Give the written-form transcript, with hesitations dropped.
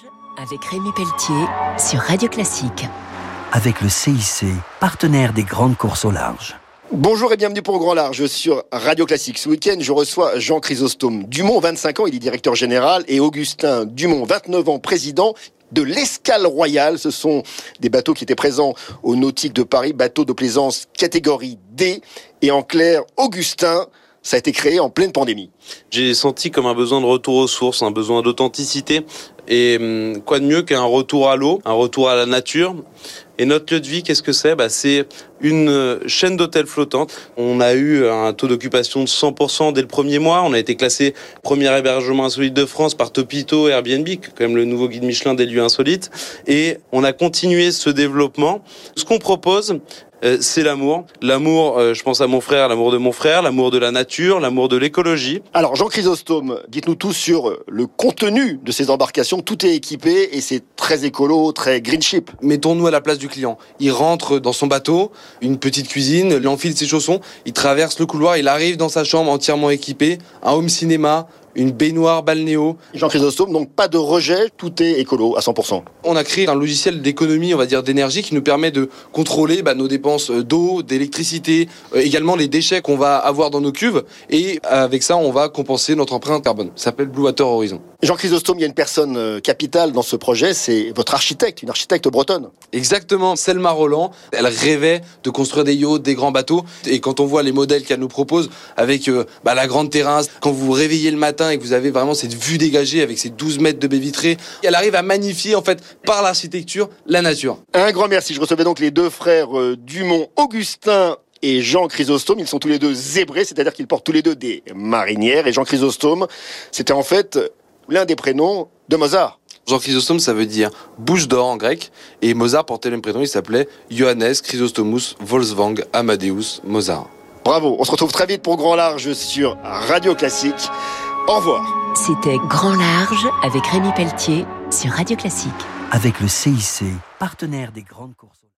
Avec Rémi Pelletier sur Radio Classique. Avec le CIC, partenaire des grandes courses au large. Bonjour et bienvenue pour Grand Large sur Radio Classique. Ce week-end, je reçois Jean Chrysostome Dumont, 25 ans, il est directeur général, et Augustin Dumont, 29 ans, président de l'Escale Royale. Ce sont des bateaux qui étaient présents au Nautique de Paris, bateaux de plaisance catégorie D. Et en clair, Augustin, ça a été créé en pleine pandémie. J'ai senti comme un besoin de retour aux sources, un besoin d'authenticité. Et quoi de mieux qu'un retour à l'eau, un retour à la nature. Et notre lieu de vie, qu'est-ce que c'est ? C'est une chaîne d'hôtels flottantes. On a eu un taux d'occupation de 100% dès le premier mois. On a été classé premier hébergement insolite de France par Topito et Airbnb, quand même le nouveau guide Michelin des lieux insolites. Et on a continué ce développement. Ce qu'on propose, c'est l'amour. L'amour, je pense à mon frère, l'amour de la nature, l'amour de l'écologie. Alors, Jean Chrysostome, dites-nous tout sur le contenu de ces embarcations. Tout est équipé et c'est très écolo, très green ship. Mettons-nous à la place du client. Il rentre dans son bateau, une petite cuisine, il enfile ses chaussons, il traverse le couloir, il arrive dans sa chambre entièrement équipée, un home cinéma, une baignoire balnéo. Jean Chrysostome, donc pas de rejet, tout est écolo à 100%. On a créé un logiciel d'économie, on va dire d'énergie, qui nous permet de contrôler nos dépenses d'eau, d'électricité, également les déchets qu'on va avoir dans nos cuves. Et avec ça, on va compenser notre empreinte carbone. Ça s'appelle Blue Water Horizon. Jean Chrysostome, il y a une personne capitale dans ce projet, c'est votre architecte, une architecte bretonne. Exactement, Selma Roland, elle rêvait de construire des yachts, des grands bateaux. Et quand on voit les modèles qu'elle nous propose, avec la grande terrasse, quand vous vous réveillez le matin et que vous avez vraiment cette vue dégagée avec ces 12 mètres de baies vitrées, elle arrive à magnifier en fait par l'architecture la nature. Un grand merci. Je recevais donc les deux frères Dumont, Augustin et Jean Chrysostome. Ils sont tous les deux zébrés, c'est-à-dire qu'ils portent tous les deux des marinières. Et Jean Chrysostome, c'était en fait l'un des prénoms de Mozart. Jean Chrysostome, ça veut dire bouche d'or en grec, et Mozart portait le même prénom, il s'appelait Johannes Chrysostomus Wolfgang Amadeus Mozart. Bravo, on se retrouve très vite pour Grand Large sur Radio Classique. Au revoir. C'était Grand Large avec Rémi Pelletier sur Radio Classique. Avec le CIC, partenaire des grandes courses au large.